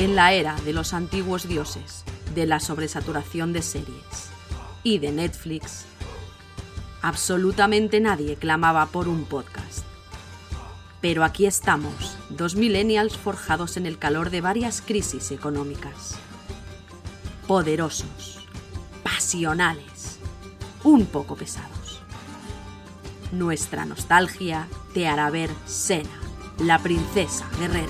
En la era de los antiguos dioses, de la sobresaturación de series y de Netflix, absolutamente nadie clamaba por un podcast. Pero aquí estamos, dos millennials forjados en el calor de varias crisis económicas. Poderosos, pasionales, un poco pesados. Nuestra nostalgia te hará ver Senna, la princesa guerrera.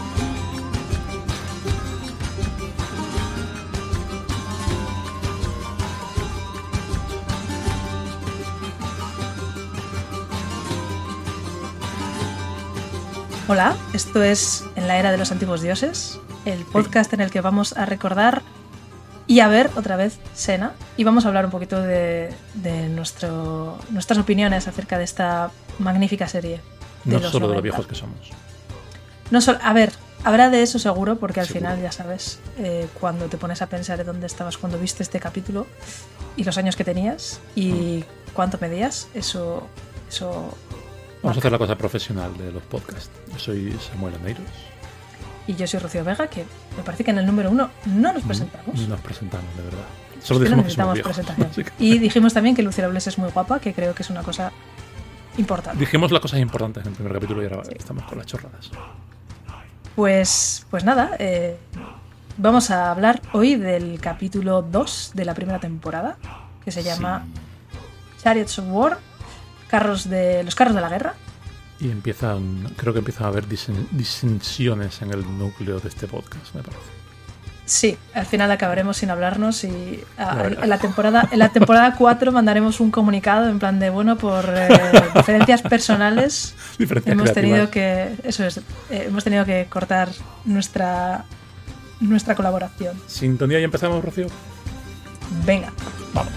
Hola, esto es En la era de los antiguos dioses, el podcast en el que vamos a recordar y a ver otra vez Senna, y vamos a hablar un poquito de nuestras opiniones acerca de esta magnífica serie. No solo de lo viejos que somos. No solo, a ver, habrá de eso seguro, porque al final ya sabes, cuando te pones a pensar en dónde estabas cuando viste este capítulo y los años que tenías y cuánto medías, eso Vamos a hacer la cosa profesional de los podcasts. Yo soy Samuel Aneiros. Y yo soy Rocío Vega, que me parece que en el número 1 no nos presentamos. Nos presentamos, de verdad. Solo es que dijimos no necesitamos que somos presentación. viejos. Y dijimos también que Lucy Robles es muy guapa, que creo que es una cosa importante. Dijimos las cosas importantes en el primer capítulo y ahora estamos con las chorradas. Pues nada, vamos a hablar hoy del capítulo 2 de la primera temporada, que se llama Chariots of War, los carros de la guerra. Y creo que empiezan a haber disensiones en el núcleo de este podcast, me parece. Sí, al final acabaremos sin hablarnos y en la temporada 4 mandaremos un comunicado en plan de, bueno, por diferencias personales hemos tenido que cortar nuestra colaboración. Sintonía y empezamos, Rocío. Venga. Vamos.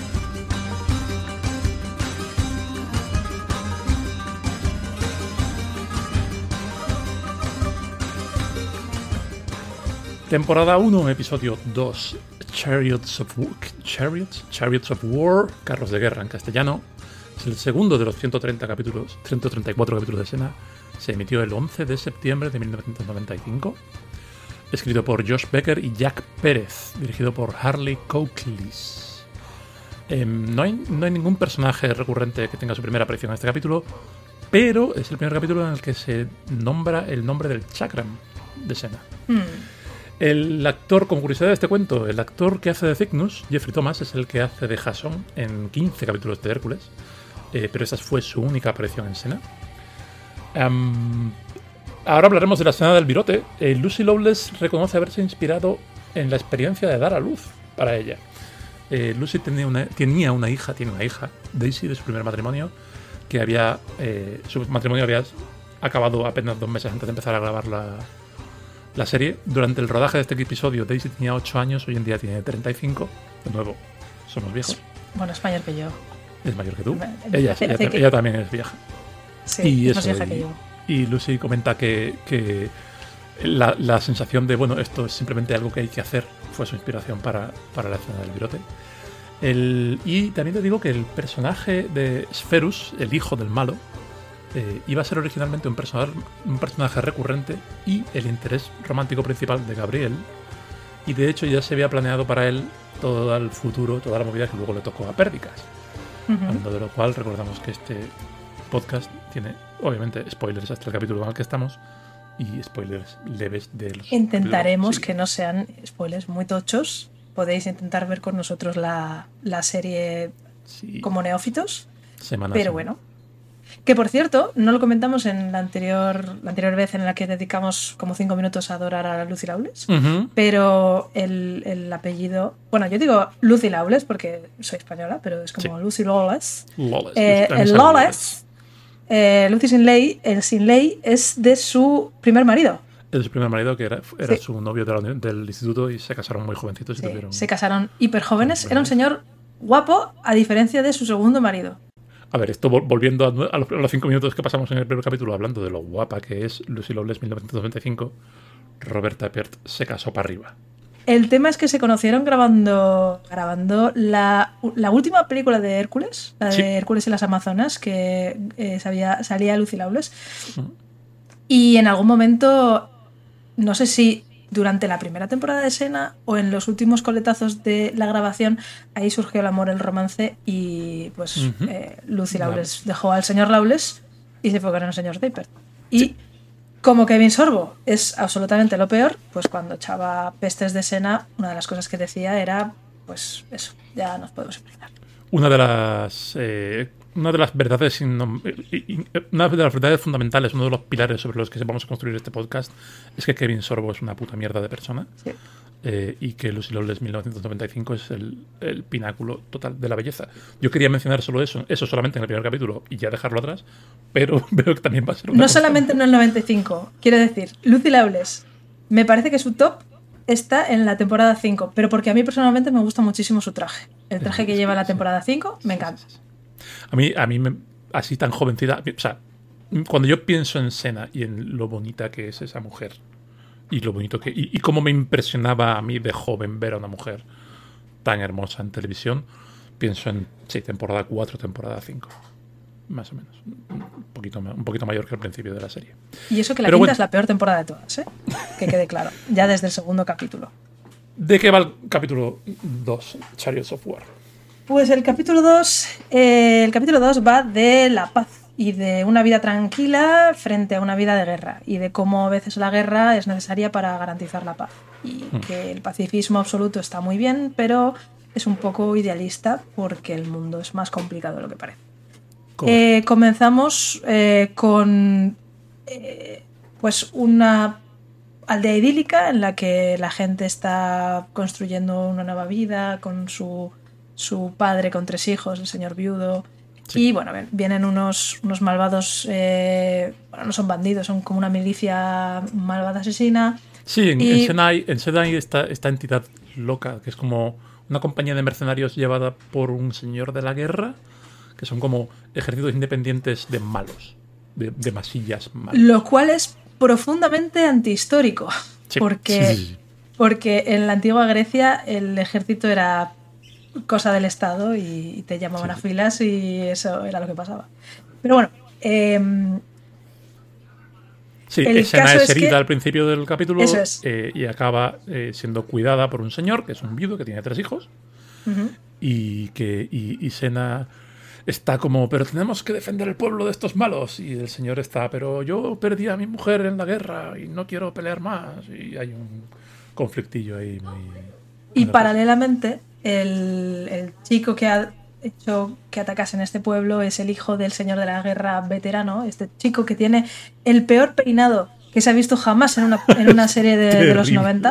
Temporada 1, episodio 2, Chariots of War, Carros de Guerra en castellano. Es el segundo de los 134 capítulos de Senna. Se emitió el 11 de septiembre de 1995. Escrito por Josh Becker y Jack Pérez, dirigido por Harley Coklis. No hay ningún personaje recurrente que tenga su primera aparición en este capítulo, pero es el primer capítulo en el que se nombra el nombre del chakram de Senna. El actor, como curiosidad de este cuento, el actor que hace de Cygnus, Jeffrey Thomas, es el que hace de Jason en 15 capítulos de Hércules, pero esa fue su única aparición en Senna. Ahora hablaremos de la escena del virote. Lucy Lawless reconoce haberse inspirado en la experiencia de dar a luz para ella. Lucy tiene una hija, Daisy, de su primer matrimonio, que su matrimonio había acabado apenas 2 meses antes de empezar a grabar la serie. Durante el rodaje de este episodio, Daisy tenía 8 años, hoy en día tiene 35. De nuevo, somos viejos. Bueno, es mayor que yo. Es mayor que tú. Ella también es vieja. Sí, y es más vieja que yo. Y Lucy comenta que la sensación de, bueno, esto es simplemente algo que hay que hacer, fue su inspiración para la escena del virote. Y también te digo que el personaje de Spherus, el hijo del malo, iba a ser originalmente un personaje recurrente y el interés romántico principal de Gabriel, y de hecho ya se había planeado para él todo el futuro, toda la movida que luego le tocó a Perdicas. Hablando de lo cual, recordamos que este podcast tiene, obviamente, spoilers hasta el capítulo en el que estamos y spoilers leves de los... Intentaremos que no sean spoilers muy tochos. Podéis intentar ver con nosotros la serie como neófitos, pero bueno. Que por cierto, no lo comentamos en la anterior vez en la que dedicamos como 5 minutos a adorar a Lucy Lawless, pero el apellido... Bueno, yo digo Lucy Lawless porque soy española, pero es como Lucy Lawless. El Lawless, Lucy Sinley, el Sinley es de su primer marido. Es su primer marido, que era su novio del instituto, y se casaron muy jovencitos. Se casaron hiper jóvenes. Era un señor guapo, a diferencia de su segundo marido. A ver, esto volviendo a los 5 minutos que pasamos en el primer capítulo, hablando de lo guapa que es Lucy Lawless 1995, Roberta Peart se casó para arriba. El tema es que se conocieron grabando la última película de Hércules, la de Hércules y las Amazonas, que salía Lucy Lawless. Y en algún momento, no sé si durante la primera temporada de Senna o en los últimos coletazos de la grabación, ahí surgió el amor, el romance y pues Lucy Lawless dejó al señor Lawless y se fue con el señor Draper. Y como Kevin Sorbo es absolutamente lo peor, pues cuando echaba pestes de Senna, una de las cosas que decía era, pues eso, ya nos podemos explicar. Una de las verdades fundamentales, uno de los pilares sobre los que vamos a construir este podcast es que Kevin Sorbo es una puta mierda de persona. Sí. Y que Lucy Lawless 1995 es el pináculo total de la belleza. Yo quería mencionar solo eso solamente en el primer capítulo y ya dejarlo atrás, pero veo que también va a ser una No solamente en el 95, quiero decir, Lucy Lawless, me parece que su top está en la temporada 5, pero porque a mí personalmente me gusta muchísimo su traje. El traje que lleva la temporada 5 me encanta. A mí así tan jovencita, o sea, cuando yo pienso en Senna y en lo bonita que es esa mujer y lo bonito que y cómo me impresionaba a mí de joven ver a una mujer tan hermosa en televisión, pienso en temporada 4, temporada 5, más o menos, un poquito mayor que al principio de la serie. Y eso que la quinta es la peor temporada de todas, que quede claro, ya desde el segundo capítulo. ¿De qué va el capítulo 2, Chariots of War? Pues el capítulo 2 va de la paz y de una vida tranquila frente a una vida de guerra y de cómo a veces la guerra es necesaria para garantizar la paz y que el pacifismo absoluto está muy bien, pero es un poco idealista porque el mundo es más complicado de lo que parece. Comenzamos con pues una aldea idílica en la que la gente está construyendo una nueva vida con su padre con 3 hijos, el señor viudo. Sí. Y bueno, vienen unos malvados, no son bandidos, son como una milicia malvada asesina. Sí, en Senna hay esta entidad loca, que es como una compañía de mercenarios llevada por un señor de la guerra, que son como ejércitos independientes de malos, de masillas malos. Lo cual es profundamente antihistórico, sí, porque en la antigua Grecia el ejército era cosa del Estado y te llamaban a filas y eso era lo que pasaba. Pero bueno, Senna es herida al principio del capítulo y acaba siendo cuidada por un señor que es un viudo que tiene 3 hijos y Senna está como, pero tenemos que defender el pueblo de estos malos, y el señor está, pero yo perdí a mi mujer en la guerra y no quiero pelear más, y hay un conflictillo ahí muy... Y paralelamente el chico que ha hecho que atacasen este pueblo es el hijo del señor de la guerra veterano, este chico que tiene el peor peinado que se ha visto jamás en una serie de los 90.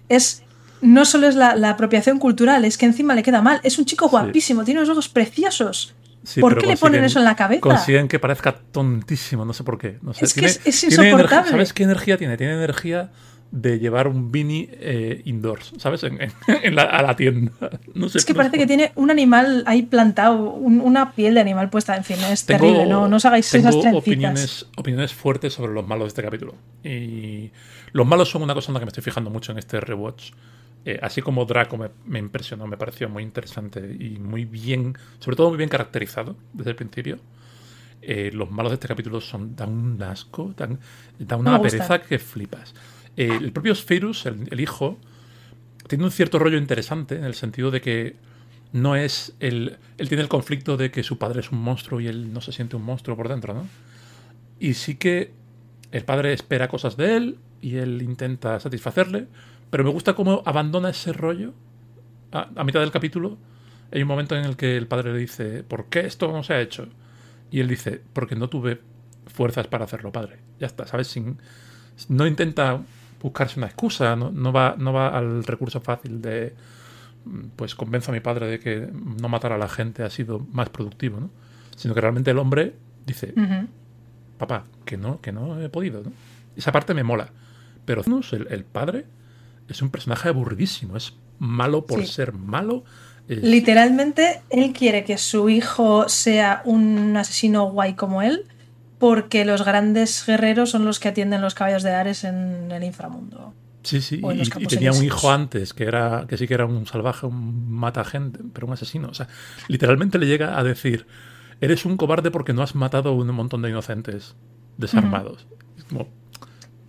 No solo es la apropiación cultural, es que encima le queda mal. Es un chico guapísimo, tiene unos ojos preciosos. Sí, ¿por qué le ponen eso en la cabeza? Consiguen que parezca tontísimo, no sé por qué. No sé. Es que es insoportable. ¿Sabes qué energía tiene? Tiene energía de llevar un beanie indoors, ¿sabes? A la tienda. No sé, es que parece que tiene un animal ahí plantado, una piel de animal puesta. En fin, es terrible. No os hagáis esas trencitas. Opiniones fuertes sobre los malos de este capítulo. Y los malos son una cosa en la que me estoy fijando mucho en este rewatch. Así como Draco me impresionó, me pareció muy interesante y muy bien, sobre todo muy bien caracterizado desde el principio. Los malos de este capítulo dan un asco, dan una pereza que flipas. El propio Sphyrus, el hijo, tiene un cierto rollo interesante en el sentido de que no es él tiene el conflicto de que su padre es un monstruo y él no se siente un monstruo por dentro, ¿no? Y sí que el padre espera cosas de él y él intenta satisfacerle, pero me gusta cómo abandona ese rollo a mitad del capítulo. Hay un momento en el que el padre le dice, ¿por qué esto no se ha hecho? Y él dice, porque no tuve fuerzas para hacerlo, padre. Ya está, ¿sabes? No intenta buscarse una excusa, no va al recurso fácil de, pues convenzo a mi padre de que no matar a la gente ha sido más productivo, ¿no? Sino que realmente el hombre dice, papá, que no he podido, ¿no? Esa parte me mola. Pero el padre es un personaje aburridísimo, es malo por ser malo. Literalmente, él quiere que su hijo sea un asesino guay como él, porque los grandes guerreros son los que atienden los caballos de Ares en el inframundo. Sí, y tenía un hijo antes que sí que era un salvaje, un mata gente, pero un asesino. O sea, literalmente le llega a decir, eres un cobarde porque no has matado a un montón de inocentes desarmados. Es como,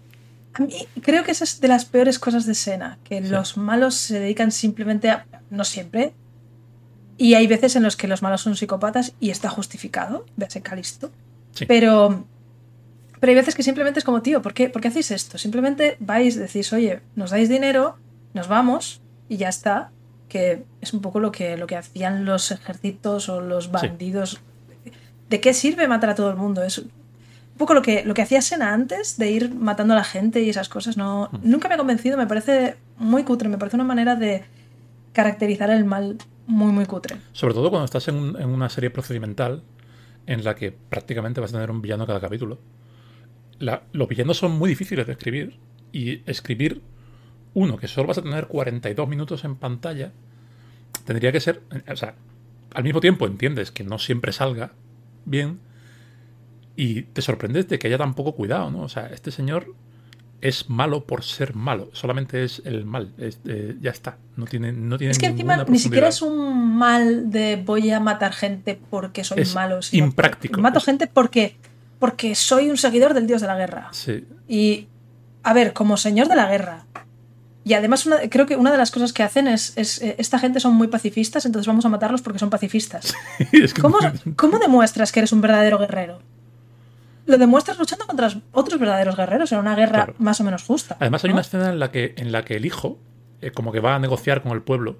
A mí creo que esa es de las peores cosas de Senna, que los malos se dedican simplemente a... No siempre. Y hay veces en los que los malos son psicópatas y está justificado. Véase Calisto. Sí. Pero hay veces que simplemente es como, tío, ¿por qué hacéis esto? Simplemente vais, decís, oye, nos dais dinero, nos vamos y ya está. Que es un poco lo que hacían los ejércitos o los bandidos. Sí. ¿De qué sirve matar a todo el mundo? Es un poco lo que hacía Senna antes de ir matando a la gente y esas cosas. Nunca me ha convencido, me parece muy cutre, me parece una manera de caracterizar el mal muy, muy cutre. Sobre todo cuando estás en una serie procedimental en la que prácticamente vas a tener un villano cada capítulo. Los villanos son muy difíciles de escribir y escribir uno que solo vas a tener 42 minutos en pantalla tendría que ser... O sea, al mismo tiempo entiendes que no siempre salga bien y te sorprendes de que haya tan poco cuidado, ¿no? O sea, este señor es malo por ser malo. Solamente es el mal. Ya está. No tiene es que encima ni siquiera es un mal de voy a matar gente porque soy malo. Es impráctico. Mato gente porque soy un seguidor del dios de la guerra. Sí. Y, a ver, como señor de la guerra. Y además creo que una de las cosas que hacen es esta gente son muy pacifistas, entonces vamos a matarlos porque son pacifistas. Sí, es que ¿Cómo demuestras que eres un verdadero guerrero? Lo demuestras luchando contra otros verdaderos guerreros en una guerra más o menos justa. Además hay una escena en la que el hijo como que va a negociar con el pueblo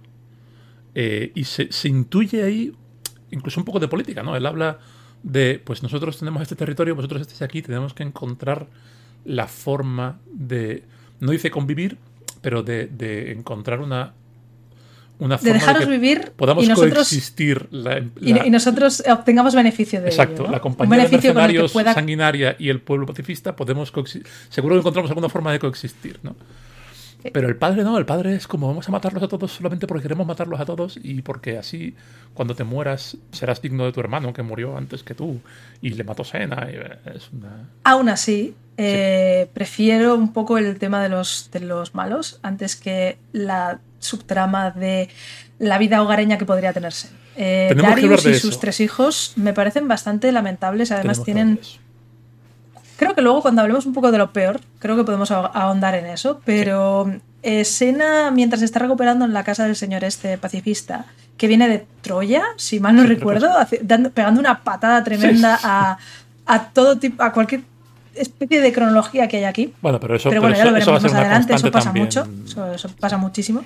y se intuye ahí incluso un poco de política, ¿no? Él habla de, pues nosotros tenemos este territorio, vosotros estáis aquí, tenemos que encontrar la forma de, no dice convivir, pero de encontrar una forma de dejaros vivir podamos y nosotros, coexistir y nosotros obtengamos beneficio de exacto, ello, ¿no? La compañía de mercenarios sanguinaria y el pueblo pacifista podemos seguro que encontramos alguna forma de coexistir, ¿no? Pero el padre no, el padre es como vamos a matarlos a todos solamente porque queremos matarlos a todos y porque así cuando te mueras serás digno de tu hermano que murió antes que tú y le mató Senna. Aún así, prefiero un poco el tema de los malos antes que la subtrama de la vida hogareña que podría tenerse. Darius y sus 3 hijos me parecen bastante lamentables. Además tienen... Creo que luego cuando hablemos un poco de lo peor, creo que podemos ahondar en eso, pero Senna, mientras está recuperando en la casa del señor pacifista, que viene de Troya, si mal no recuerdo, pegando una patada tremenda a todo tipo, a cualquier especie de cronología que hay aquí. Bueno, pero ya lo veremos más adelante, eso pasa también. Mucho, eso pasa muchísimo.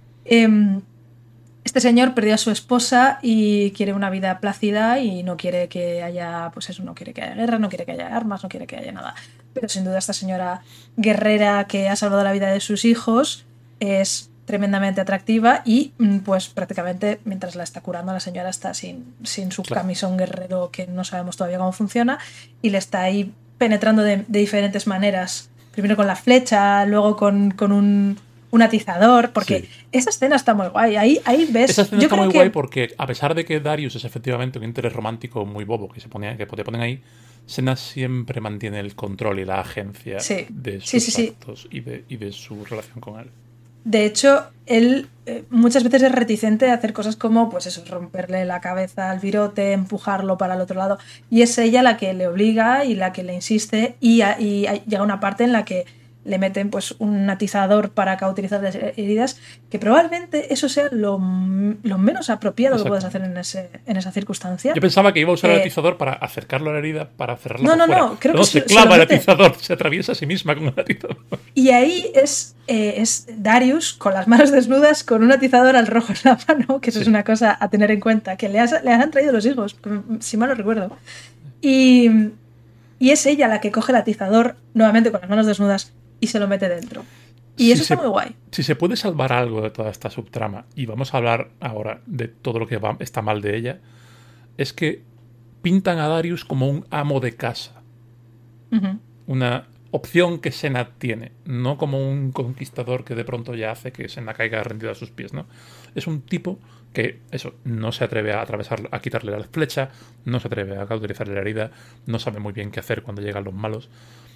Este señor perdió a su esposa y quiere una vida plácida y no quiere que haya, pues eso, no quiere que haya guerra, no quiere que haya armas, no quiere que haya nada. Pero sin duda esta señora guerrera que ha salvado la vida de sus hijos es tremendamente atractiva y pues prácticamente mientras la está curando la señora está sin su camisón guerrero que no sabemos todavía cómo funciona y le está ahí penetrando de diferentes maneras. Primero con la flecha, luego con un atizador, porque esa escena está muy guay. Ahí ves... Esa escena está muy guay porque a pesar de que Darius es efectivamente un interés romántico muy bobo que te ponen ahí, Senna siempre mantiene el control y la agencia de sus actos y de su relación con él. De hecho, él muchas veces es reticente a hacer cosas como, pues eso, romperle la cabeza al virote, empujarlo para el otro lado, y es ella la que le obliga y la que le insiste y llega una parte en la que le meten pues un atizador para cauterizar las heridas, que probablemente eso sea lo menos apropiado que puedes hacer en esa circunstancia. Yo pensaba que iba a usar el atizador para acercarlo a la herida, para cerrarla por fuera. No, creo que se clava el atizador, se atraviesa a sí misma con el atizador. Y ahí es Darius con las manos desnudas con un atizador al rojo en la mano, que eso es una cosa a tener en cuenta, que le han traído los hijos, si mal no recuerdo. Y es ella la que coge el atizador nuevamente con las manos desnudas y se lo mete dentro. Y eso está muy guay. Si se puede salvar algo de toda esta subtrama, y vamos a hablar ahora de todo lo que está mal de ella, es que pintan a Darius como un amo de casa. Uh-huh. Una opción que Senna tiene, no como un conquistador que de pronto ya hace que Senna caiga rendido a sus pies, ¿no? Es un tipo que, eso, no se atreve a atravesar, a quitarle la flecha, no se atreve a cauterizarle la herida, no sabe muy bien qué hacer cuando llegan los malos.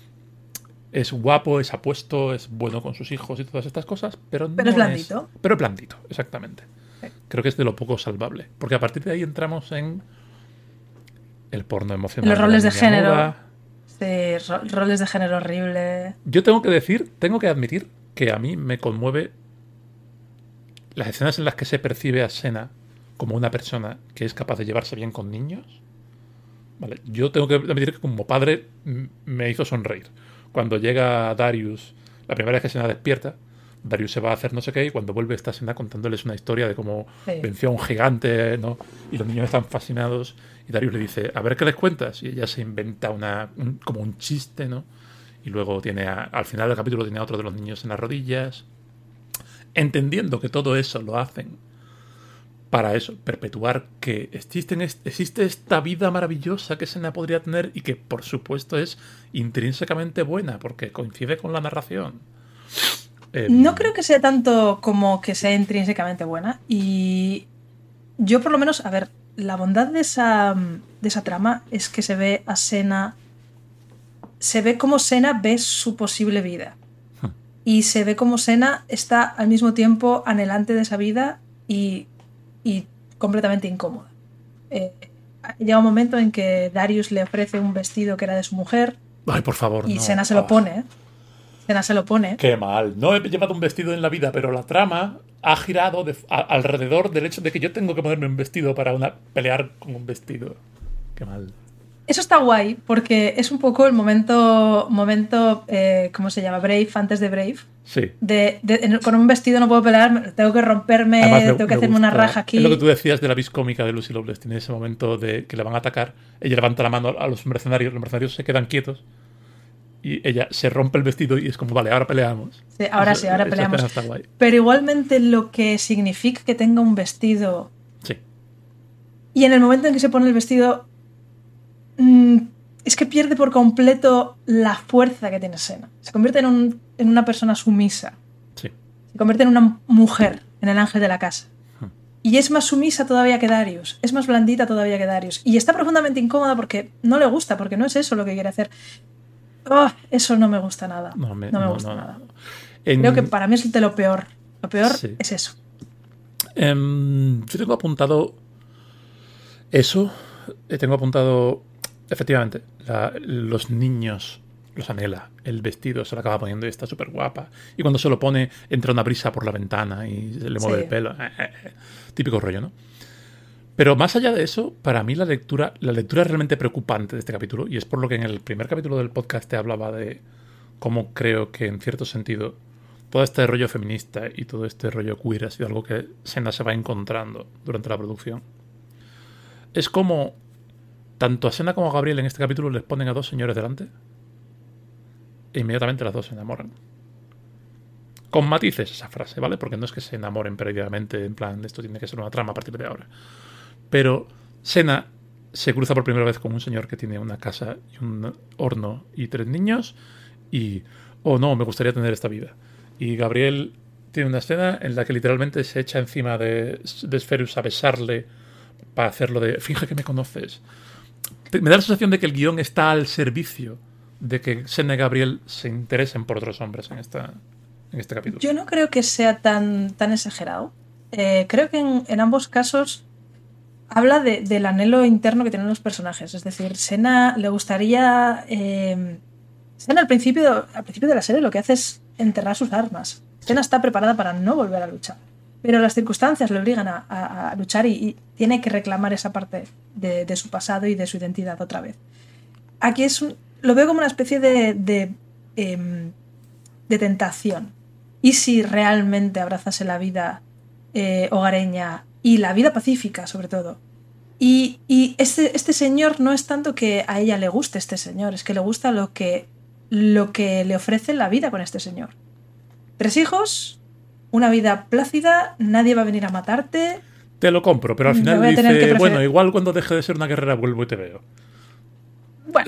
Es guapo, es apuesto, es bueno con sus hijos y todas estas cosas, pero no es blandito. Pero es blandito, exactamente. Sí. Creo que es de lo poco salvable. Porque a partir de ahí entramos en el porno emocional. Los roles de género. Sí, roles de género horrible. Yo tengo que admitir que a mí me conmueve las escenas en las que se percibe a Senna como una persona que es capaz de llevarse bien con niños. Vale, yo tengo que admitir que como padre me hizo sonreír. Cuando llega Darius, la primera vez que Senna despierta, Darius se va a hacer no sé qué y cuando vuelve está Senna contándoles una historia de cómo venció a un gigante, ¿no? Y los niños están fascinados y Darius le dice, a ver qué les cuentas, y ella se inventa como un chiste, ¿no? Y luego al final del capítulo tiene a otro de los niños en las rodillas, entendiendo que todo eso lo hacen para eso, perpetuar que existe esta vida maravillosa que Senna podría tener y que por supuesto es intrínsecamente buena porque coincide con la narración. No creo que sea tanto como que sea intrínsecamente buena, y yo por lo menos, a ver, la bondad de esa trama es que se ve a Senna, se ve cómo Senna ve su posible vida y se ve cómo Senna está al mismo tiempo anhelante de esa vida y completamente incómoda. Llega un momento en que Darius le ofrece un vestido que era de su mujer. Ay, por favor, y no. Senna se lo pone. Senna se lo pone. Qué mal. No he llevado un vestido en la vida, pero la trama ha girado alrededor del hecho de que yo tengo que ponerme un vestido para pelear con un vestido. Qué mal. Eso está guay, porque es un poco el momento ¿cómo se llama? Brave, antes de Brave. Sí. Con un vestido no puedo pelear, tengo que romperme, además, tengo que hacerme una raja aquí. Es lo que tú decías de la vis cómica de Lucy Lawless. Tiene ese momento de que le van a atacar, ella levanta la mano a los mercenarios se quedan quietos y ella se rompe el vestido y es como, vale, ahora peleamos. Sí, ahora peleamos. Está guay. Pero igualmente lo que significa que tenga un vestido... Sí. Y en el momento en que se pone el vestido... es que pierde por completo la fuerza que tiene Senna. Se convierte en una persona sumisa. Sí. Se convierte en una mujer, en el ángel de la casa. Y es más sumisa todavía que Darius. Es más blandita todavía que Darius. Y está profundamente incómoda porque no le gusta, porque no es eso lo que quiere hacer. Oh, eso no me gusta nada. No me gusta nada. Creo que para mí es de lo peor. Lo peor es eso. Yo tengo apuntado eso. Tengo apuntado... Efectivamente, los niños los anhela. El vestido se lo acaba poniendo y está súper guapa. Y cuando se lo pone, entra una brisa por la ventana y se le mueve el pelo. Típico rollo, ¿no? Pero más allá de eso, para mí la lectura es realmente preocupante de este capítulo. Y es por lo que en el primer capítulo del podcast te hablaba de cómo creo que, en cierto sentido, todo este rollo feminista y todo este rollo queer ha sido algo que Senna se va encontrando durante la producción. Es como... Tanto a Senna como a Gabriel en este capítulo les ponen a dos señores delante e inmediatamente las dos se enamoran. Con matices esa frase, ¿vale? Porque no es que se enamoren perdidamente, en plan, esto tiene que ser una trama a partir de ahora. Pero Senna se cruza por primera vez con un señor que tiene una casa y un horno y 3 niños y, oh no, me gustaría tener esta vida. Y Gabriel tiene una escena en la que literalmente se echa encima de Sferus a besarle para hacerlo de, finge que me conoces. Me da la sensación de que el guión está al servicio de que Senna y Gabriel se interesen por otros hombres en este capítulo. Yo no creo que sea tan exagerado. Creo que en ambos casos habla del anhelo interno que tienen los personajes. Es decir, Senna le gustaría... Senna al principio de la serie lo que hace es enterrar sus armas. Senna está preparada para no volver a luchar. Pero las circunstancias le obligan a luchar y tiene que reclamar esa parte de su pasado y de su identidad otra vez. Aquí lo veo como una especie de tentación. ¿Y si realmente abrazase la vida hogareña y la vida pacífica, sobre todo? Y este señor no es tanto que a ella le guste este señor, es que le gusta lo que le ofrece la vida con este señor. 3 hijos... Una vida plácida, nadie va a venir a matarte. Te lo compro, pero al final dice, bueno, igual cuando deje de ser una guerrera vuelvo y te veo. Bueno,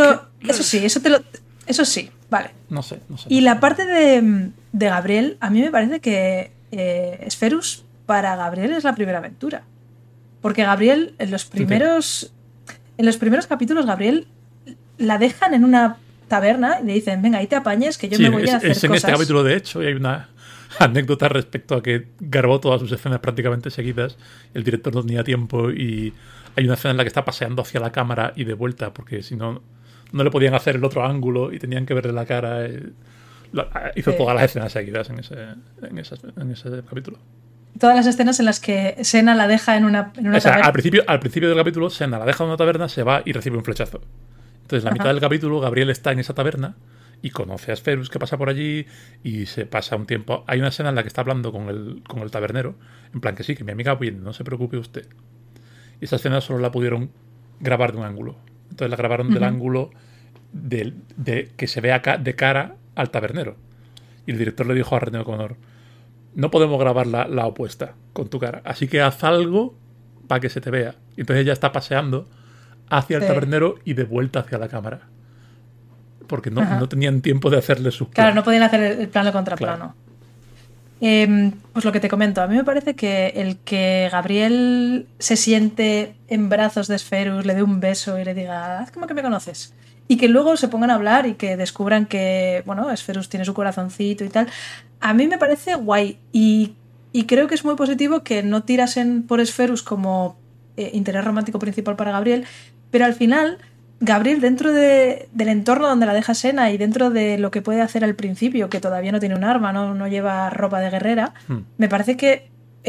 eso sí, vale. No sé. Y la parte de Gabriel, a mí me parece que Sferus para Gabriel es la primera aventura. Porque Gabriel, en los primeros capítulos, Gabriel la dejan en una taberna y le dicen, venga, ahí te apañes, que yo me voy a hacer cosas. En este capítulo, de hecho, y hay una anécdota respecto a que grabó todas sus escenas prácticamente seguidas. El director no tenía tiempo y hay una escena en la que está paseando hacia la cámara y de vuelta, porque si no no le podían hacer el otro ángulo y tenían que verle la cara. Hizo todas las escenas seguidas en ese capítulo. Todas las escenas en las que Senna la deja en una taberna. Al principio del capítulo, Senna la deja en una taberna, se va y recibe un flechazo. Entonces, la mitad del capítulo, Gabriel está en esa taberna y conoce a Sferus, que pasa por allí, y se pasa un tiempo. Hay una escena en la que está hablando con el tabernero, en plan que sí, que mi amiga viene, no se preocupe usted. Y esa escena solo la pudieron grabar de un ángulo. Entonces la grabaron del ángulo de que se vea de cara al tabernero. Y el director le dijo a René O'Connor: no podemos grabar la opuesta con tu cara, así que haz algo para que se te vea. Y entonces ella está paseando hacia el tabernero y de vuelta hacia la cámara. Porque no tenían tiempo de hacerle sus planos. Claro, no podían hacer el plano contra plano. Pues lo que te comento, a mí me parece que el que Gabriel se siente en brazos de Sferus, le dé un beso y le diga, haz como que me conoces, y que luego se pongan a hablar y que descubran que, bueno, Sferus tiene su corazoncito y tal, a mí me parece guay, y creo que es muy positivo que no tirasen por Sferus como interés romántico principal para Gabriel, pero al final Gabriel, dentro del entorno donde la deja Senna y dentro de lo que puede hacer al principio, que todavía no tiene un arma, no lleva ropa de guerrera, me parece que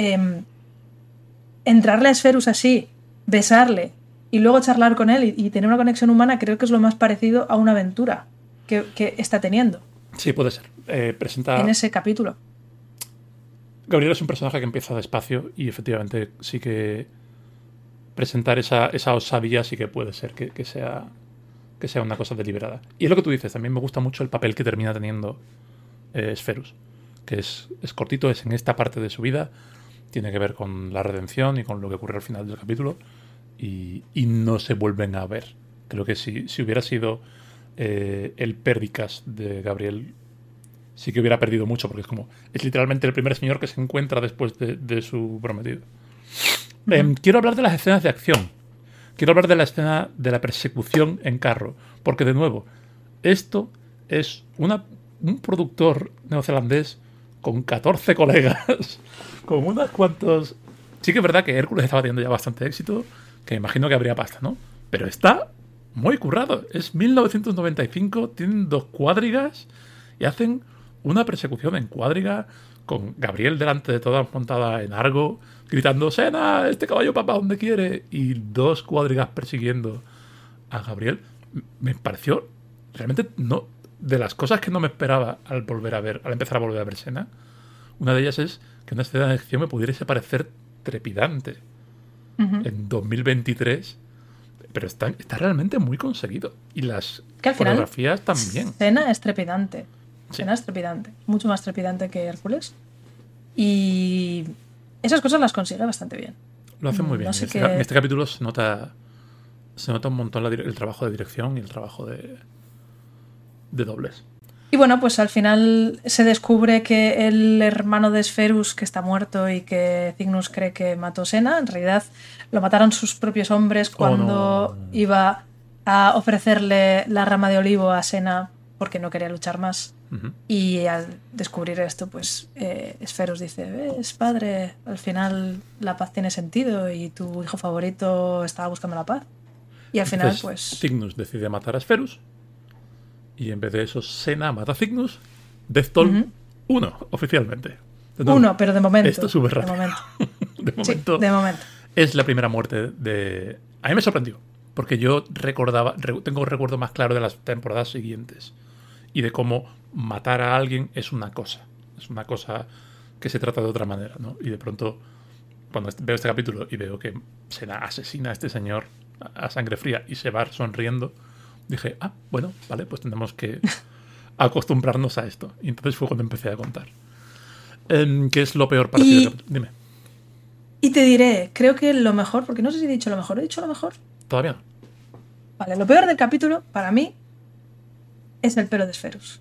entrarle a Sferus así, besarle y luego charlar con él y tener una conexión humana, creo que es lo más parecido a una aventura que está teniendo. Sí, puede ser. Presenta... En ese capítulo. Gabriel es un personaje que empieza despacio y efectivamente sí que presentar esa osadía sí que puede ser que sea una cosa deliberada. Y es lo que tú dices, también me gusta mucho el papel que termina teniendo Sferus, que es cortito, es en esta parte de su vida, tiene que ver con la redención y con lo que ocurre al final del capítulo, y no se vuelven a ver. Creo que si hubiera sido el Perdicas de Gabriel, sí que hubiera perdido mucho, porque es literalmente el primer señor que se encuentra después de su prometido. Quiero hablar de las escenas de acción. Quiero hablar de la escena de la persecución en carro. Porque, de nuevo, esto es un productor neozelandés con 14 colegas, con unos cuantos... Sí que es verdad que Hércules estaba teniendo ya bastante éxito, que imagino que habría pasta, ¿no? Pero está muy currado. Es 1995, tienen 2 cuadrigas y hacen una persecución en cuadriga con Gabriel delante de todas montada en Argo, gritando, Senna, este caballo papá, ¿dónde quiere? Y 2 cuadrigas persiguiendo a Gabriel. Me pareció realmente de las cosas que no me esperaba al empezar a volver a ver Senna. Una de ellas es que una escena de acción me pudiese parecer trepidante en 2023, pero está realmente muy conseguido. Y las fotografías también. Senna es trepidante. Senna es trepidante, mucho más trepidante que Hércules. Y esas cosas las consigue bastante bien. Lo hacen muy bien. En este capítulo se nota un montón el trabajo de dirección y el trabajo de dobles. Y bueno, pues al final se descubre que el hermano de Sferus, que está muerto y que Cygnus cree que mató Senna, en realidad lo mataron sus propios hombres cuando iba a ofrecerle la rama de olivo a Senna porque no quería luchar más. Y al descubrir esto, pues Sferus dice, ves, padre, al final la paz tiene sentido y tu hijo favorito estaba buscando la paz. Y al final, pues... Cygnus decide matar a Sferus y en vez de eso Senna mata a Cygnus. Deathtoll 1, oficialmente. Uno, pero de momento. Esto es súper rápido. De momento. Es la primera muerte de... A mí me sorprendió, porque yo tengo un recuerdo más claro de las temporadas siguientes y de cómo matar a alguien es una cosa que se trata de otra manera, ¿no? Y de pronto, cuando veo este capítulo y veo que Senna asesina a este señor a sangre fría y se va sonriendo, dije, bueno, vale, pues tenemos que acostumbrarnos a esto. Y entonces fue cuando empecé a contar. ¿Qué es lo peor para ti? Dime. Y te diré, creo que lo mejor, porque no sé si he dicho lo mejor. ¿He dicho lo mejor? Todavía no. Vale, lo peor del capítulo, para mí, es el pelo de Sferus.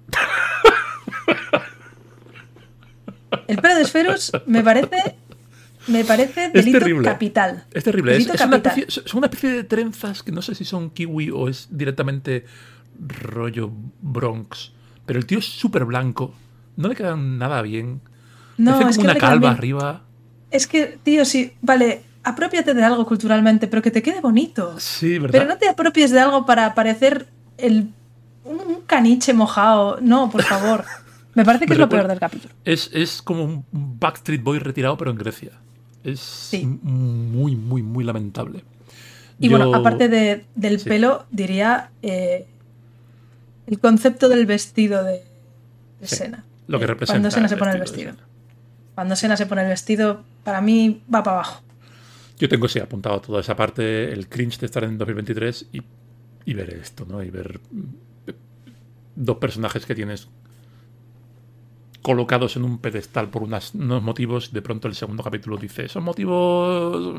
El pelo de Sferus me parece delito capital. Es terrible. Son una especie de trenzas que no sé si son kiwi o es directamente rollo Bronx. Pero el tío es súper blanco. No le quedan nada bien. No, hace como una calva arriba. Es que, tío, sí, vale, apropiate de algo culturalmente, pero que te quede bonito. Sí, ¿verdad? Pero no te apropies de algo para parecer un caniche mojado. No, por favor. Me parece que es lo peor del capítulo. Es como un Backstreet Boy retirado, pero en Grecia. Es muy, muy, muy lamentable. Y bueno, aparte del pelo, diría el concepto del vestido de Senna. Lo que representa cuando Senna se pone el vestido. Cuando Senna se pone el vestido, para mí va para abajo. Yo tengo apuntado toda esa parte, el cringe de estar en 2023 y ver esto, ¿no? Y ver dos personajes que tienes colocados en un pedestal por unos motivos, y de pronto el segundo capítulo dice, esos motivos...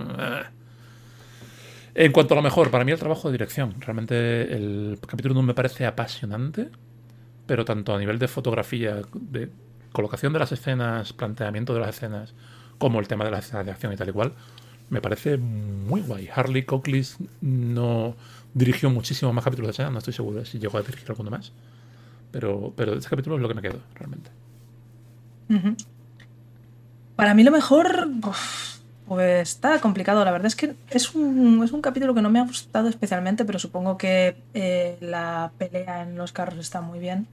En cuanto a lo mejor, para mí el trabajo de dirección. Realmente el capítulo 1 me parece apasionante, pero tanto a nivel de fotografía, de colocación de las escenas, planteamiento de las escenas, como el tema de las escenas de acción y tal y cual, me parece muy guay. Harley Coclis no dirigió muchísimos más capítulos de escena, no estoy seguro de si llegó a dirigir alguno más, pero ese capítulo es lo que me quedo, realmente. Uh-huh. Para mí lo mejor... Pues está complicado, la verdad es que es un capítulo que no me ha gustado especialmente, pero supongo que la pelea en los carros está muy bien.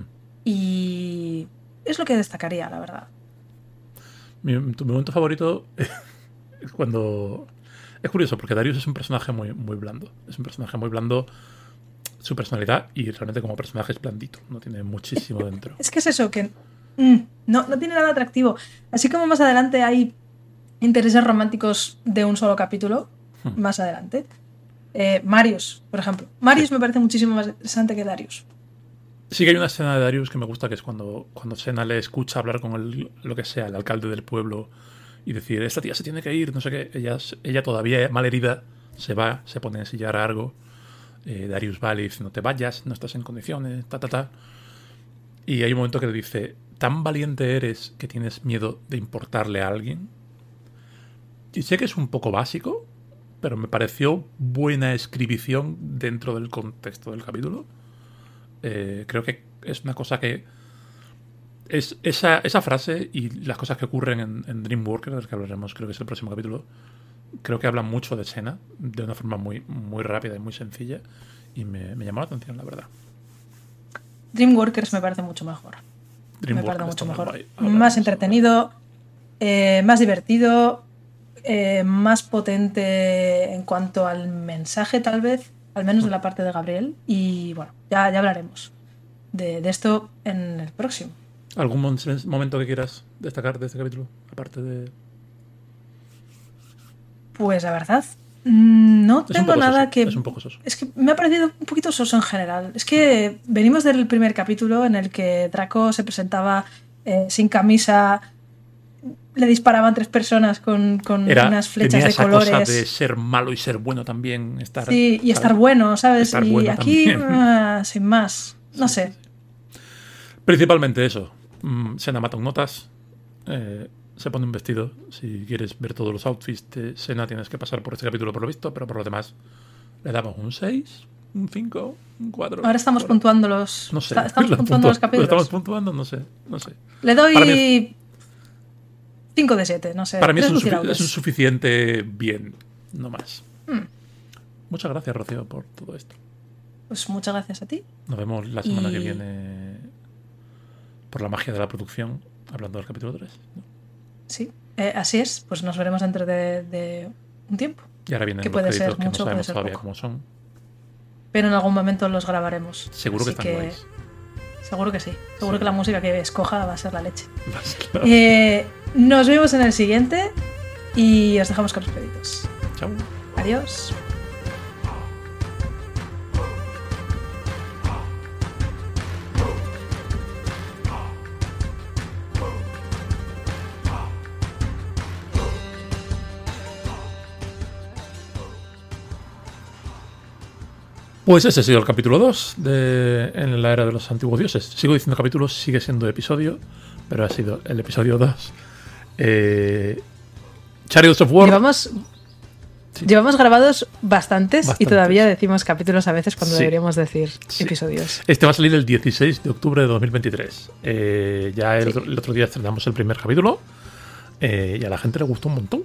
Y es lo que destacaría, la verdad. Mi momento favorito es cuando... Es curioso, porque Darius es un personaje muy, muy blando. Es un personaje muy blando, su personalidad, y realmente como personaje es blandito. No tiene muchísimo dentro. Es que es eso, que no tiene nada atractivo. Así como más adelante hay intereses románticos de un solo capítulo, más adelante. Marius, por ejemplo. Marius me parece muchísimo más interesante que Darius. Sí que hay una escena de Darius que me gusta, que es cuando Senna le escucha hablar con lo que sea, el alcalde del pueblo, y decir, esta tía se tiene que ir, no sé qué. Ella todavía malherida se va, se pone a ensillar a algo. Darius va y le dice, no te vayas, no estás en condiciones, Y hay un momento que le dice, tan valiente eres que tienes miedo de importarle a alguien. Y sé que es un poco básico, pero me pareció buena escribición dentro del contexto del capítulo. Creo que es una cosa que... es esa frase y las cosas que ocurren en Dreamworker, de las que hablaremos, creo que es el próximo capítulo, creo que hablan mucho de Senna, de una forma muy, muy rápida y muy sencilla, y me llamó la atención, la verdad. Dreamworkers me parece mucho mejor. Más entretenido, más divertido... más potente en cuanto al mensaje, tal vez, al menos de la parte de Gabriel. Y bueno, ya hablaremos de esto en el próximo. ¿Algún momento que quieras destacar de este capítulo? Aparte de... Pues la verdad, no tengo nada soso. que... Es un poco soso. Es que me ha parecido un poquito soso en general. Es que venimos del primer capítulo en el que Draco se presentaba sin camisa... Le disparaban 3 personas con unas flechas de colores. Tenía esa cosa de ser malo y ser bueno también. Sí, y estar bueno, ¿sabes? Y bueno aquí, sin más, no sé. Principalmente eso. Senna mata un notas. Se pone un vestido. Si quieres ver todos los outfits de Senna tienes que pasar por este capítulo por lo visto, pero por lo demás le damos un 6, un 5, un 4. Ahora estamos puntuando los... No sé. Estamos puntuando los capítulos. Estamos puntuando, no sé. Le doy... 5 de 7, no sé. Para mí es un suficiente bien, no más. Muchas gracias, Rocío, por todo esto. Pues muchas gracias a ti. Nos vemos la semana que viene por la magia de la producción, hablando del capítulo 3, ¿no? Sí, así es. Pues nos veremos dentro de un tiempo. Y ahora vienen que los puede créditos ser que mucho, no sabemos puede ser todavía poco. cómo son. Pero en algún momento los grabaremos. Seguro que están guays. Seguro que sí. Seguro que la música que escoja va a ser la leche. Claro. Nos vemos en el siguiente y os dejamos con los créditos. Chao. Adiós. Pues ese ha sido el capítulo 2 en la era de los antiguos dioses. Sigo diciendo capítulo, sigue siendo episodio, pero ha sido el episodio 2. Chariots of War. Llevamos grabados bastantes y todavía decimos capítulos a veces cuando deberíamos decir episodios. Este va a salir el 16 de octubre de 2023. Ya el otro día estrenamos el primer capítulo y a la gente le gustó un montón.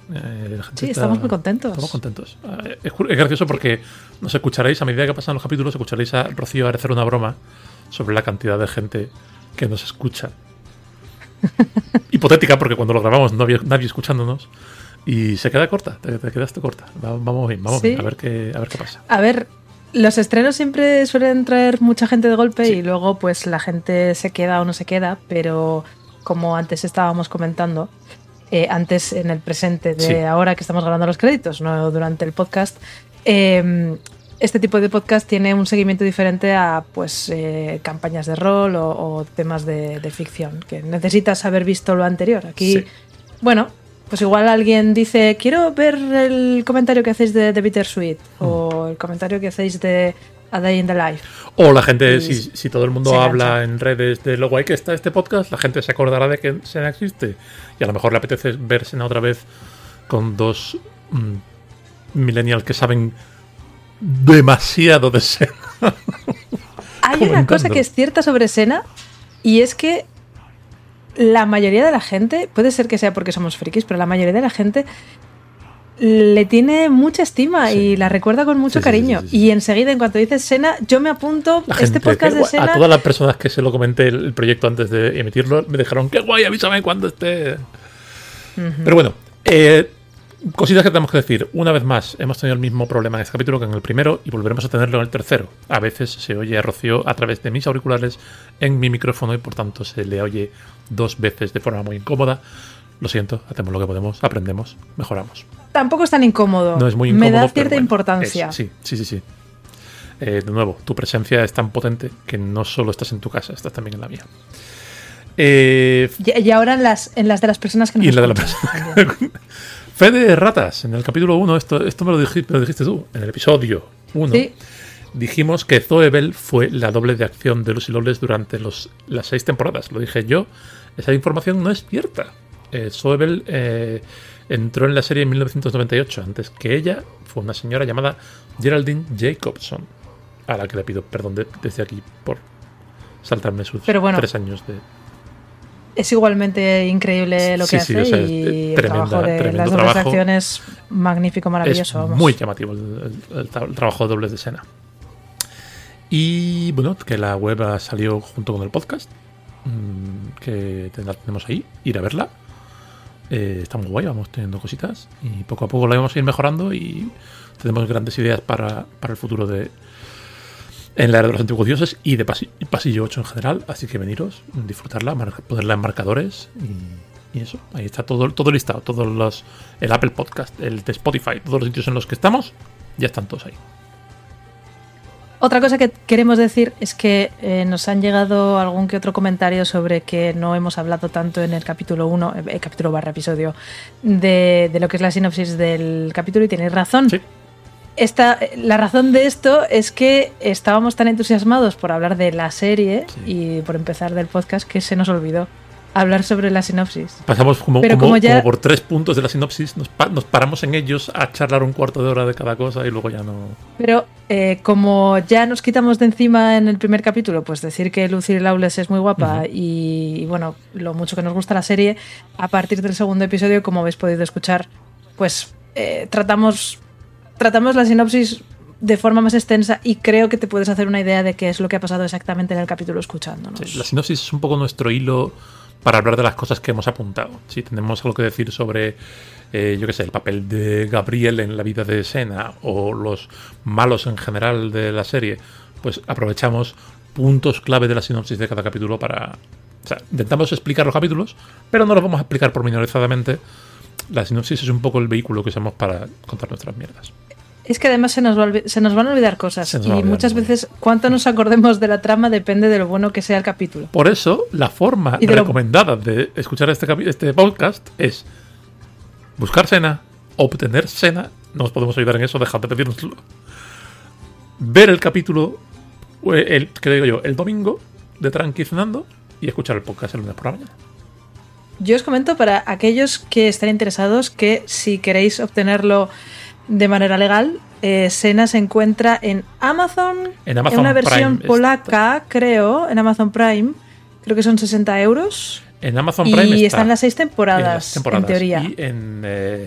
Sí, estamos muy contentos. Estamos contentos. Es gracioso porque nos escucharéis, a medida que pasan los capítulos, escucharéis a Rocío hacer una broma sobre la cantidad de gente que nos escucha. Hipotética, porque cuando lo grabamos no había nadie escuchándonos. Y se queda corta, te quedaste corta. Vamos bien, a ver qué pasa. A ver, los estrenos siempre suelen traer mucha gente de golpe y luego pues la gente se queda o no se queda, pero como antes estábamos comentando, antes en el presente de ahora que estamos grabando los créditos, no durante el podcast, este tipo de podcast tiene un seguimiento diferente a pues campañas de rol o temas de ficción, que necesitas haber visto lo anterior. Aquí, bueno, pues igual alguien dice, quiero ver el comentario que hacéis de Bittersweet o el comentario que hacéis de A Day in the Life. O la gente, si todo el mundo habla en redes de lo guay que está este podcast, la gente se acordará de que Sena existe. Y a lo mejor le apetece ver Sena otra vez con dos millennials que saben demasiado de Sena. Hay una cosa que es cierta sobre Sena y es que la mayoría de la gente, puede ser que sea porque somos frikis, pero la mayoría de la gente le tiene mucha estima y la recuerda con mucho cariño. Sí. Y enseguida, en cuanto dices Sena, yo me apunto este podcast de Sena. A todas las personas que se lo comenté el proyecto antes de emitirlo, me dijeron, qué guay, avísame cuando esté. Pero bueno, cositas que tenemos que decir. Una vez más, hemos tenido el mismo problema en este capítulo que en el primero y volveremos a tenerlo en el tercero. A veces se oye a Rocío a través de mis auriculares en mi micrófono y por tanto se le oye 2 veces de forma muy incómoda. Lo siento, hacemos lo que podemos, aprendemos, mejoramos. Tampoco es tan incómodo. No es muy incómodo. Me da cierta importancia. Sí. De nuevo, tu presencia es tan potente que no solo estás en tu casa, estás también en la mía. Y ahora en las de las personas que nos escuchan. Fe de ratas, en el capítulo 1, esto me lo dijiste tú, en el episodio 1. Sí. Dijimos que Zoe Bell fue la doble de acción de Lucy Lawless durante las 6 temporadas. Lo dije yo. Esa información no es cierta. Zoe Bell entró en la serie en 1998. Antes que ella, fue una señora llamada Geraldine Jacobson, a la que le pido perdón desde aquí por saltarme sus 3 años de... Es igualmente increíble lo que hace, o sea, y el trabajo de las dobles de acción es magnífico, maravilloso. Es muy llamativo el trabajo de dobles de Sena. Y bueno, que la web salió junto con el podcast, que la tenemos ahí, ir a verla. Está muy guay, vamos teniendo cositas y poco a poco la vamos a ir mejorando y tenemos grandes ideas para el futuro en la era de los antiguos dioses y de Pasillo 8 en general, así que veniros, disfrutarla, ponerla en marcadores y eso, ahí está todo listado, el Apple Podcast, el de Spotify, todos los sitios en los que estamos, ya están todos ahí. Otra cosa que queremos decir es que nos han llegado algún que otro comentario sobre que no hemos hablado tanto en el capítulo 1, capítulo/episodio, de lo que es la sinopsis del capítulo y tenéis razón. Sí. La razón de esto es que estábamos tan entusiasmados por hablar de la serie y por empezar del podcast que se nos olvidó hablar sobre la sinopsis. Pasamos como por 3 puntos de la sinopsis, nos paramos en ellos a charlar un cuarto de hora de cada cosa y luego ya no... Pero como ya nos quitamos de encima en el primer capítulo, pues decir que Lucy Lawless es muy guapa y bueno, lo mucho que nos gusta la serie, a partir del segundo episodio, como habéis podido escuchar, pues tratamos la sinopsis de forma más extensa y creo que te puedes hacer una idea de qué es lo que ha pasado exactamente en el capítulo escuchándonos. Sí, la sinopsis es un poco nuestro hilo para hablar de las cosas que hemos apuntado. Si tenemos algo que decir sobre, el papel de Gabriel en la vida de Sena o los malos en general de la serie, pues aprovechamos puntos clave de la sinopsis de cada capítulo para... O sea, intentamos explicar los capítulos, pero no los vamos a explicar pormenorizadamente. La sinopsis es un poco el vehículo que usamos para contar nuestras mierdas. Es que además se nos van a olvidar cosas y muchas veces cuánto nos acordemos de la trama depende de lo bueno que sea el capítulo. Por eso, la forma recomendada de escuchar este podcast es buscar Sena, obtener Sena, no os podemos ayudar en eso, dejad de pedírnoslo, ver el capítulo, el domingo de Tranqui cenando y escuchar el podcast el lunes por la mañana. Yo os comento para aquellos que estén interesados que si queréis obtenerlo de manera legal, Sena se encuentra en Amazon en una versión Prime polaca, creo, en Amazon Prime. Creo que son 60 euros. En Amazon Prime y están las 6 temporadas, en teoría. Y en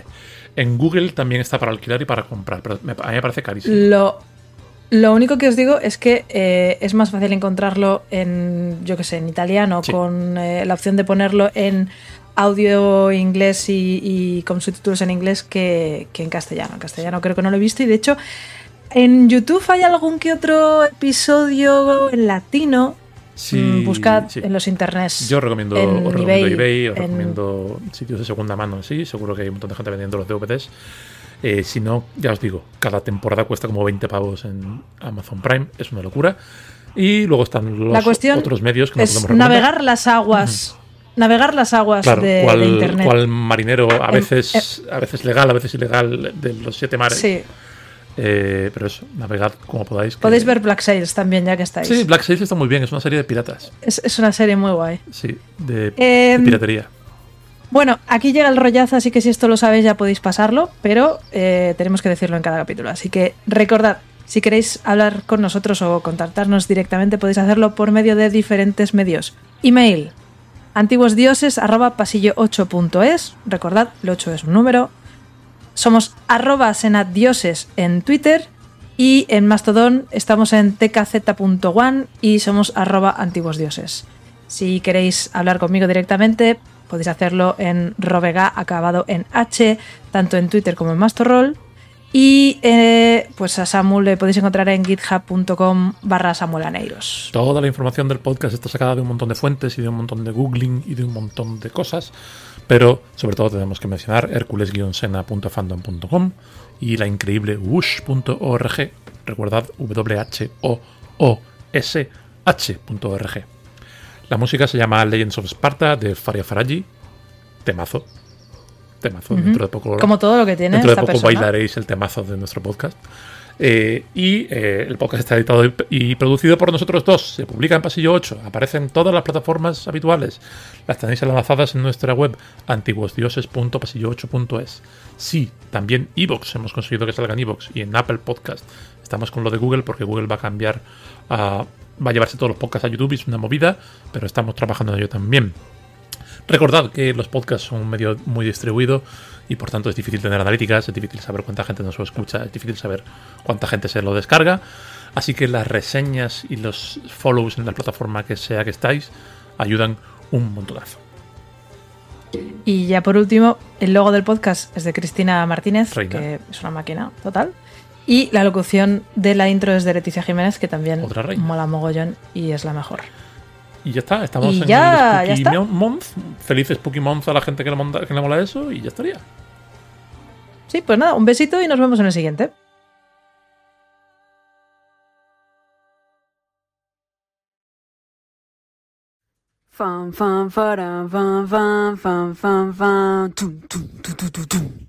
En Google también está para alquilar y para comprar, pero a mí me parece carísimo. Lo único que os digo es que es más fácil encontrarlo en, yo qué sé, en italiano, sí, con la opción de ponerlo en audio inglés y con subtítulos en inglés que en castellano. En castellano creo que no lo he visto, y de hecho en YouTube hay algún que otro episodio en latino. Sí, buscad sí. En los internets. Yo recomiendo eBay, os recomiendo sitios de segunda mano, sí, seguro que hay un montón de gente vendiendo los DVDs. Si no, ya os digo, cada temporada cuesta como 20 pavos en Amazon Prime, es una locura. Y luego están los otros medios que nos podemos recomendar. Navegar las aguas. Navegar las aguas, claro, de internet. Cual marinero, a veces legal, a veces ilegal, de los 7 mares. Sí. Pero eso, navegad como podáis. Podéis ver Black Sails también, ya que estáis. Sí, Black Sails está muy bien, es una serie de piratas. Es una serie muy guay. Sí, de piratería. Bueno, aquí llega el rollazo, así que si esto lo sabéis ya podéis pasarlo, pero tenemos que decirlo en cada capítulo. Así que recordad, si queréis hablar con nosotros o contactarnos directamente, podéis hacerlo por medio de diferentes medios. Email, antiguosdioses@pasillo8.es. Recordad, el 8 es un número. Somos @senatdioses en Twitter, y en Mastodon estamos en tkz.one y somos @antiguosdioses. Si queréis hablar conmigo directamente, podéis hacerlo en Robega, acabado en H, tanto en Twitter como en Mastorroll. Y pues a Samu le podéis encontrar en github.com/samuelaneiros. Toda la información del podcast está sacada de un montón de fuentes y de un montón de googling y de un montón de cosas, pero sobre todo tenemos que mencionar hercules-sena.fandom.com y la increíble whoosh.org. Recordad, WHOOSH.org. La música se llama Legends of Sparta de Faria Faraji. Temazo. Dentro de poco, como todo lo que tiene dentro esta de poco persona. Bailaréis el temazo de nuestro podcast. El podcast está editado y producido por nosotros dos. Se publica en Pasillo 8. Aparece en todas las plataformas habituales. Las tenéis enlazadas en nuestra web antiguosdioses.pasillo8.es. Sí, también iVoox. Hemos conseguido que salga en iVoox y en Apple Podcast. Estamos con lo de Google porque Google va a cambiar, va a llevarse todos los podcasts a YouTube, y es una movida, pero estamos trabajando en ello también. Recordad que los podcasts son un medio muy distribuido y por tanto es difícil tener analíticas, es difícil saber cuánta gente nos lo escucha, es difícil saber cuánta gente se lo descarga. Así que las reseñas y los follows en la plataforma que sea que estáis ayudan un montonazo. Y ya por último, el logo del podcast es de Cristina Martínez, Reina, que es una máquina total. Y la locución de la intro es de Leticia Jiménez, que también mola mogollón y es la mejor. Y ya está, estamos en el Spooky Month. Feliz Spooky Month a la gente que le mola eso, y ya estaría. Sí, pues nada, un besito y nos vemos en el siguiente. Fan fan fara fan fan fan fan fan tum tum tum tum tum.